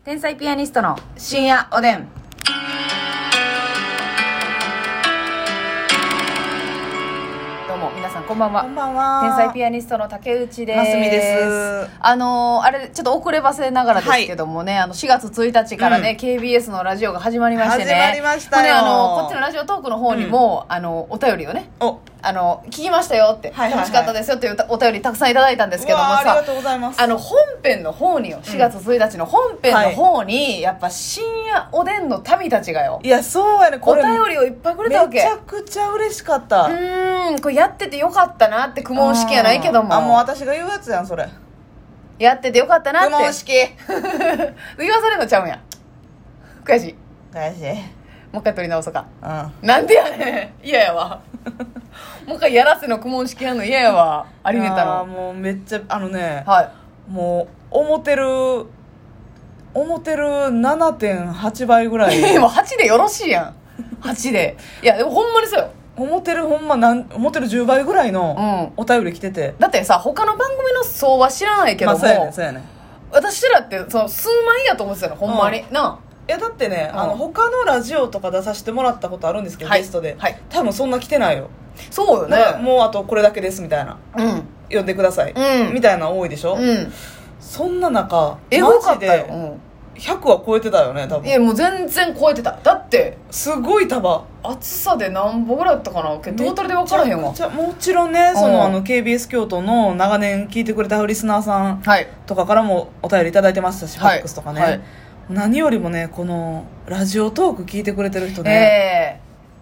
天才ピアニストの深夜おでん。どうも皆さんこんばんは。 こんばんは。 天才ピアニストの竹内です。 ますみです。 あれちょっと遅ればせながらですけどもね、4月1日からね、KBS のラジオが始まりましてね。 始まりましたよ。 こっちのラジオトークの方にも、お便りをね、聞きましたよって、楽しかったですよっていうお便りたくさんいただいたんですけどもさ、 ありがとうございます。 本編の方によ、4月1日の本編の方に、やっぱ深夜おでんの民たちがよ、 いや、そうやね、これお便りをいっぱいくれたわけ。 めちゃくちゃ嬉しかった。 これやっててよかったなって、苦問式やないけども。 もう私が言うやつやん、それ。 やっててよかったなって。 苦問式。 言わされるのちゃうんや。悔しい。 悔しい。 もう一回取り直そうか。 うん。 なんでやねん。嫌やわ。もう一回やらせの苦問式やんの嫌やわ。ありねたの。 もうめっちゃ、 はい。 もう、思ってる 7.8 倍ぐらい。 もう8でよろしいやん。8で。いや、でもほんまにそうよ。 思ってる10倍ぐらいのお便り来てて。 だってさ、他の番組の相場知らないけども、 そうやねん、そうやねん。 私らってその数万円やと思ってたの、ほんまに。なあ。 いやだってね、他のラジオとか出させてもらったことあるんですけど、ゲストで、多分そんな来てないよ。 そうよね。 もうあとこれだけですみたいな、呼んでください、みたいなの多いでしょ、そんな中マジで100は超えてたよね、多分。 いやもう全然超えてた。だってすごい束、 厚さで何本ぐらいだったかな、トータルで分からへんわ。 もちろんね、KBS 京都の長年聞いてくれたリスナーさんとかからもお便りいただいてましたし、ファックスとかね、何よりもね、このラジオトーク聞いてくれてる人ね、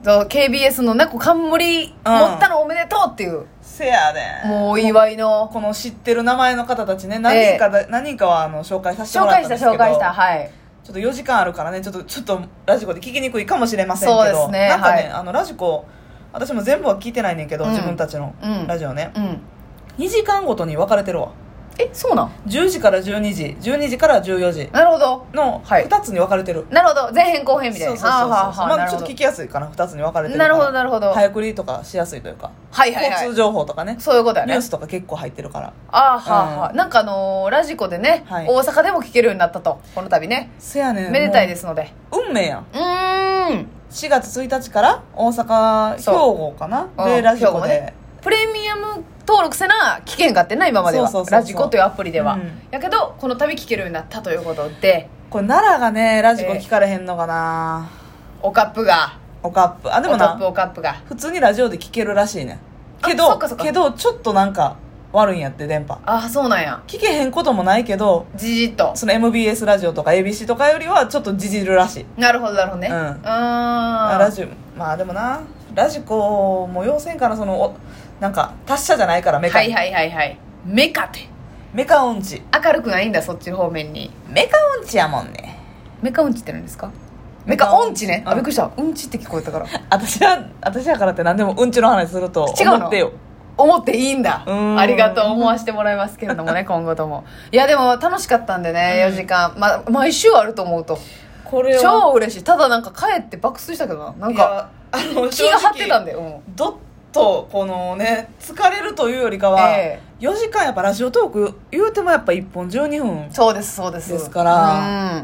KBS のね、冠持ったのおめでとうっていう、 せやで、 もうお祝いのこの知ってる名前の方たちね、何人かは紹介させてもらったんですけど、 紹介した、はい。 ちょっと4時間あるからね、ちょっとラジコで聞きにくいかもしれませんけど、 そうですね、 なんかね、ラジコ私も全部は聞いてないねんけど、自分たちのラジオね、2時間ごとに分かれてるわ。 そうなん。 10時から12時、12時から14時、 なるほどの2つに分かれてる。 なるほど、前編後編みたいな。 そうまあちょっと聞きやすいかな、2つに分かれてるから。 なるほどなるほど。 早送りとかしやすいというか、交通情報とかね、 そういうことやね。 ニュースとか結構入ってるから。 なんかラジコでね、大阪でも聞けるようになったと、この度ね。 せやねん、 めでたいですので。 運命やん。4月1日から大阪、兵庫かなでラジコでプレミアム登録せな聞けんかってんな、今までは。ラジコというアプリでは、やけどこの度聞けるようになったということで、 これ奈良がね、ラジコ聞かれへんのかな、 おかっぷがでもな、 おかっぷが普通にラジオで聞けるらしいねんけどちょっとなんか悪いんやって、電波。 そうなんや。 聞けへんこともないけど、 じじっとその MBS ラジオとか ABC とかよりはちょっとじじるらしい。 なるほどなるほどね。 ラジオ、まあでもな、ラジコも要せんから、なんか達者じゃないから、メカメカってメカ音痴、 明るくないんだ、そっちの方面に。 メカ音痴やもんね。 メカ音痴って何ですか？メカ音痴ね。びっくりした、うんちって聞こえたから。私やからって何でもうんちの話すると思ってよ。 思っていいんだ。ありがとう、思わせてもらいますけれどもね、今後とも。いやでも楽しかったんでね、4時間、毎週あると思うとこれ超嬉しい。ただなんか帰って爆睡したけどな、なんか気が張ってたんだよ。 どっとこのね、疲れるというよりかは、4時間やっぱラジオトーク言うてもやっぱ1本12分、 そうですですから、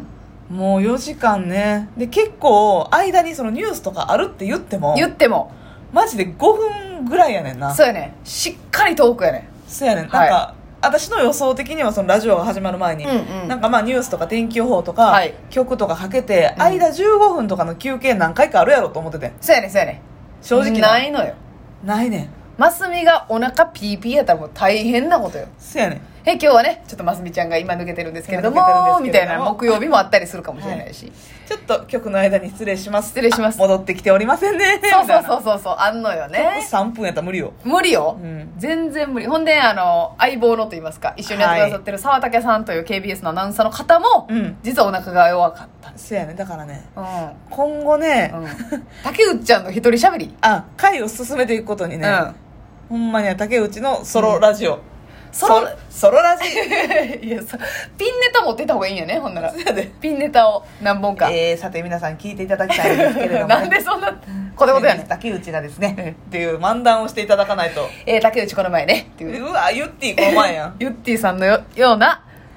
もう4時間ね。で結構間にそのニュースとかあるって言ってもマジで5分ぐらいやねんな。 そうやね、しっかりトークやね。 そうやねん、なんか、私の予想的にはそのラジオが始まる前に、なんかニュースとか天気予報とか、曲とかかけて、間15分とかの休憩何回かあるやろと思ってて。 そうやね正直ないのよ。 ないねん。 ますみがお腹ピーピーやったらもう大変なことよ。 そうやねん。 今日はね、ちょっとますみちゃんが今抜けてるんですけれどもみたいな木曜日もあったりするかもしれないし、 ちょっと曲の間に失礼します戻ってきておりませんね。 そうあんのよね。 3分やったら無理よ、 全然無理。ほんで相棒のと言いますか、一緒にやってくださってる沢竹さんという KBS のアナウンサーの方も、実はお腹が弱かった。 そうやね、だからね、今後ね、 竹内ちゃんの一人喋り回を進めていくことにね、ほんまには竹内のソロラジオ、ソロラジいや、ピンネタ持ってた方がいいんやね、ほんなら。ピンネタを何本か。 さて皆さん聞いていただきたいんですけれども、 なんでそんなこてことやねん。 竹内がですね、っていう漫談をしていただかないと。 竹内この前ねっていう。 うわ、ユッティこの前やん。 ユッティさんのような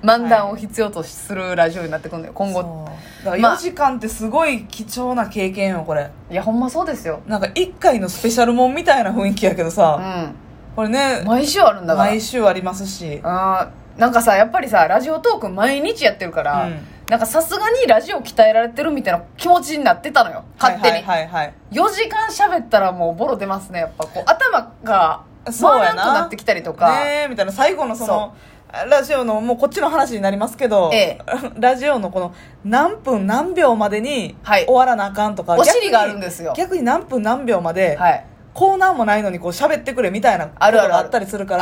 漫談を必要とするラジオになってくるんだよ今後。 だから4時間ってすごい貴重な経験よこれ。 いやほんまそうですよ。 なんか1回のスペシャルモンみたいな雰囲気やけどさ、これね毎週あるんだから。 毎週ありますし、 なんかさやっぱりさラジオトーク毎日やってるから、なんかさすがにラジオ鍛えられてるみたいな気持ちになってたのよ勝手に。4時間喋ったらもうボロ出ますねやっぱこう頭が回らんくなってきたりとかねみたいな。最後のそのラジオのもうこっちの話になりますけど、ラジオのこの何分何秒までに終わらなあかんとか、 お尻があるんですよ。 逆に何分何秒まで、コーナーもないのにこう喋ってくれみたいなことがあったりするから、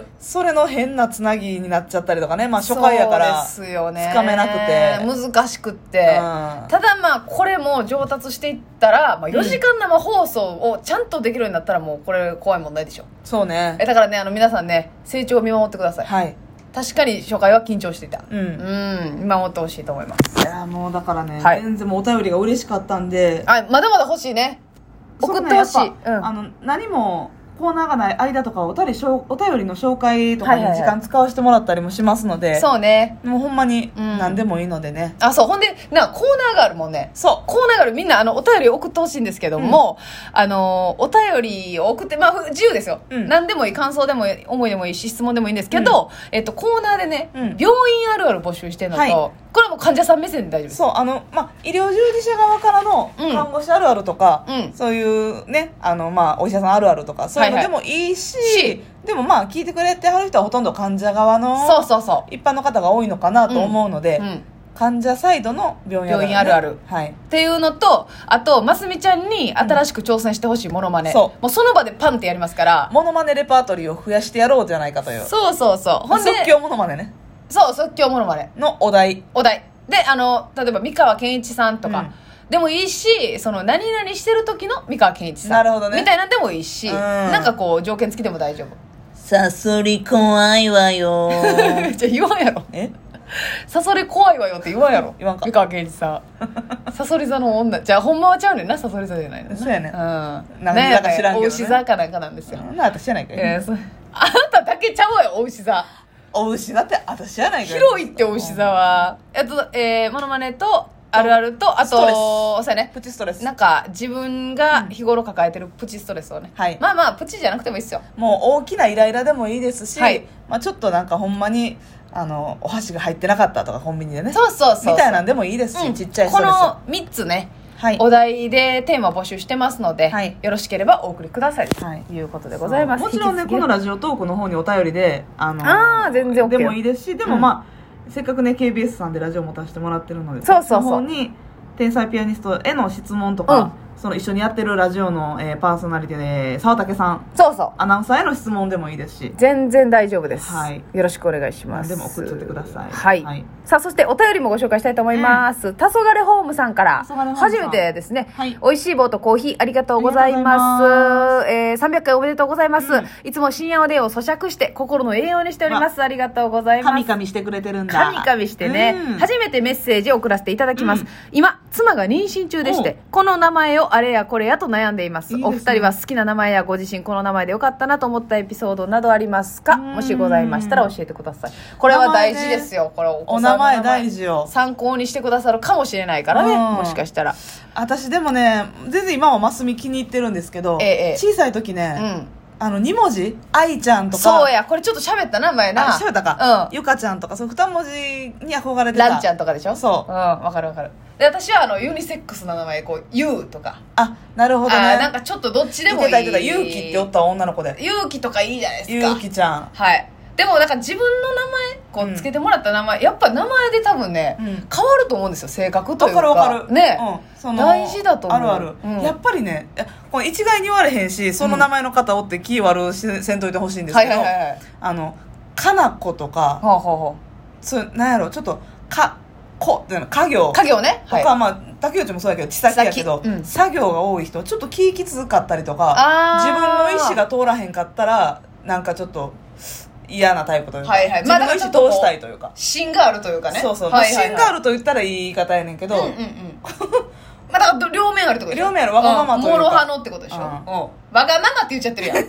それの変なつなぎになっちゃったりとかね、まあ初回やからつかめなくて難しくって、ただまあこれも上達していったら、まあ、4時間生放送をちゃんとできるようになったらもうこれ怖い問題でしょ。 そうね。 だからね皆さんね成長を見守ってください。確かに初回は緊張していた。見守ってほしいと思います。 いやもうだからね、全然もうお便りが嬉しかったんで、 まだまだ欲しいね。送ってほしい。 何もコーナーがない間とかお便りの紹介とかに時間使わせてもらったりもしますので、 そうね。 もうほんまに何でもいいのでね。 そうほんでコーナーがあるもんね。そうコーナーがある。みんなお便り送ってほしいんですけども、お便りを送って自由ですよ。何でもいい、感想でもいい、思いでもいいし質問でもいいんですけど、コーナーでね病院あるある募集してるのと、これはもう患者さん目線で大丈夫です。そう医療従事者側からの看護師あるあるとか、そういうねお医者さんあるあるとかそういうのでもいいし、でも聞いてくれてはる人はほとんど患者側の一般の方が多いのかなと思うので、患者サイドの病院あるある、 っていうのと、あとますみちゃんに新しく挑戦してほしいモノマネ、もうその場でパンってやりますから、 モノマネレパートリーを増やしてやろうじゃないかという。 そうほんで即興モノマネね。 即興モノマネのお題で例えば三河健一さんとか、でもいいし、その何々してる時の三河健一さん、 なるほどね、 みたいなんでもいいし、なんかこう条件付きでも大丈夫。 サソリ怖いわよじゃあ言わんやろ。サソリ怖いわよって言わんやろ。 言わんか。 三河健一さんサソリ座の女。じゃあほんまはちゃうねんな、サソリ座じゃないの。 そうやね。 なんか知らんけどね。お牛座かなんかなんですよ。 私じゃないかよ。 あなただけちゃうわよ、お牛座。 お牛だって私じゃないかよ。 広いってお牛座は。モノマネとあるあると、あとそうやね、 プチストレス。 なんか自分が日頃抱えてるプチストレスをね、プチじゃなくてもいいっすよ。 もう大きなイライラでもいいですし、ちょっとなんかほんまにお箸が入ってなかったとかコンビニでね、 そうみたいなんでもいいですし、ちっちゃいストレス。 この3つね、お題でテーマ募集してますので、よろしければお送りくださいということでございます。 もちろんねこのラジオトークの方にお便りで全然 OK でもいいですし、でもせっかくね KBS さんでラジオ持たせてもらってるので、 その方に天才ピアニストへの質問とか、その一緒にやってるラジオの、パーソナリティで沢竹さん、アナウンサーへの質問でもいいですし、 全然大丈夫です、よろしくお願いします。 でも送っちゃってください。 さあそしてお便りもご紹介したいと思います。黄昏ホームさんから初めてですね、おいしい棒とコーヒーありがとうございます。300回おめでとうございます。いつも深夜おでを咀嚼して心の栄養にしております。ありがとうございます。 カミカミしてくれてるんだ。 カミカミしてね、初めてメッセージを送らせていただきます。今妻が妊娠中でして、この名前をあれやこれやと悩んでいます。お二人は好きな名前やご自身この名前でよかったなと思ったエピソードなどありますか？もしございましたら教えてください。これは大事ですよ。これお名前大事よ。参考にしてくださるかもしれないからね、もしかしたら。 私でもね全然今はマスミ気に入ってるんですけど、小さい時ね、2文字愛ちゃんとか、 そうや、これちょっと喋ったな前な。 喋ったか、ゆかちゃんとか、その2文字に憧れてた。 ランちゃんとかでしょ。そう、わかるわかる。で私はユニセックスな名前、こうゆうとか。 なるほどね。 なんかちょっとどっちでもいい。 ゆうきっておった女の子で、 ゆうきとかいいじゃないですか。 ゆうきちゃん。 でもなんか自分の名前こうつけてもらった名前、やっぱ名前で多分ね、変わると思うんですよ、性格というか。わかるね、大事だと思う。 ある、やっぱりね、これ一概に言われへんし、その名前の方おって気悪せんといてほしいんですけど、かなことか、なんやろ、ちょっと家業ねとか、竹内もそうやけど千崎やけど、作業が多い人、ちょっと気きつかったりとか、自分の意思が通らへんかったらなんかちょっと嫌なタイプというか、自分の意思通したいというか、 芯があるというかね。 そう芯があると言ったら言い方やねんけど、 だから両面あるってことでしょ。 両面ある、わがままというか、 もろ刃のってことでしょ。わがままって言っちゃってるやん。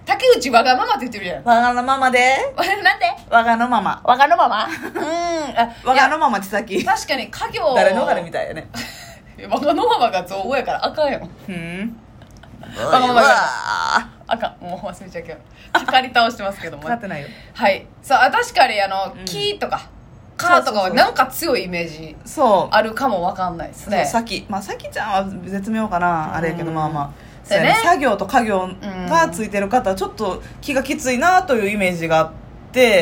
竹内わがままって言ってるじゃん。 わがのままでなんでわがのままわがのままわがのままちさき確かに家業誰のがれみたいやねわがのままが造語やからあかんやろ。わがままがあかん、もう忘れちゃうけどかかり倒してますけどもかかってないよ。 はいさあ確かに木とかカーとかはなんか強いイメージあるかもわかんないですね。 さきちゃんは絶妙かな、あれやけどまあまあそうね、 作業と家業がついてる方はちょっと気がきついなというイメージがあって、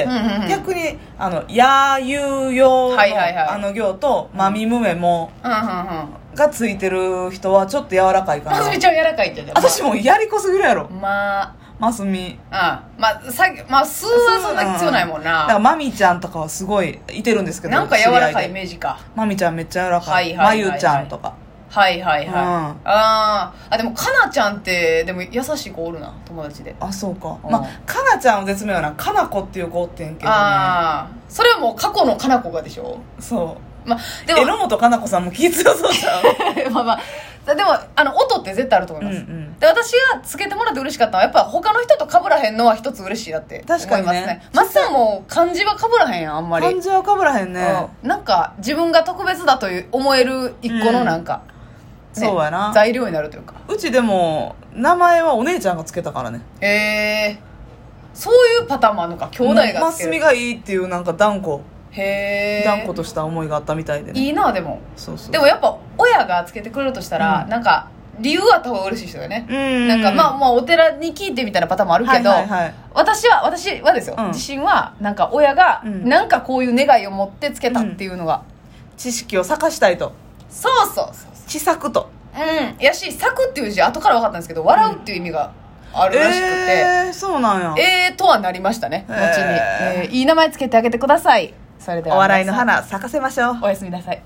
逆にやゆよの行とまみむめもがついてる人はちょっと柔らかいかな。 ますみちゃん柔らかいって言って、 私もやりこすぎるやろ。ますみ数はそんな必要ないもんな。 だからまみちゃんとかはすごいいてるんですけど、 なんか柔らかいイメージか。 まみちゃんめっちゃ柔らかい、まゆちゃんとか。 はいはいはい、でもかなちゃんってでも優しい子おるな、友達で。 あ、そうか。かなちゃんは絶妙なかなこっていう子おってんけどね。 それはもう過去のかな子がでしょ。 そうでも榎本かな子さんも気強そうじゃんでも音って絶対あると思います、で私がつけてもらって嬉しかったのはやっぱ他の人と被らへんのは一つ嬉しいなって思いますね。確かにね。マッサンも漢字は被らへんやん、あんまり。 漢字は被らへんね、 なんか自分が特別だと思える一個のなんか、 そうやな、 材料になるというか。 うちでも名前はお姉ちゃんがつけたからね。 そういうパターンもあるのか、兄弟がつける。 ますみがいいっていうなんか断固とした思いがあったみたいでね。 いいな。でもでもやっぱ親がつけてくれるとしたら、なんか理由あった方が嬉しい人よね。なんかまあお寺に聞いてみたいなパターンもあるけど、私はですよ、自信はなんか親がなんかこういう願いを持ってつけたっていうのが、 知識を咲かしたいと。 そう知作と。 やし、咲くっていう字後から分かったんですけど、笑うっていう意味があるらしくて、 そうなんや。 とはなりましたね、後に。いい名前つけてあげてください。それではお笑いの花咲かせましょう。 おやすみなさい。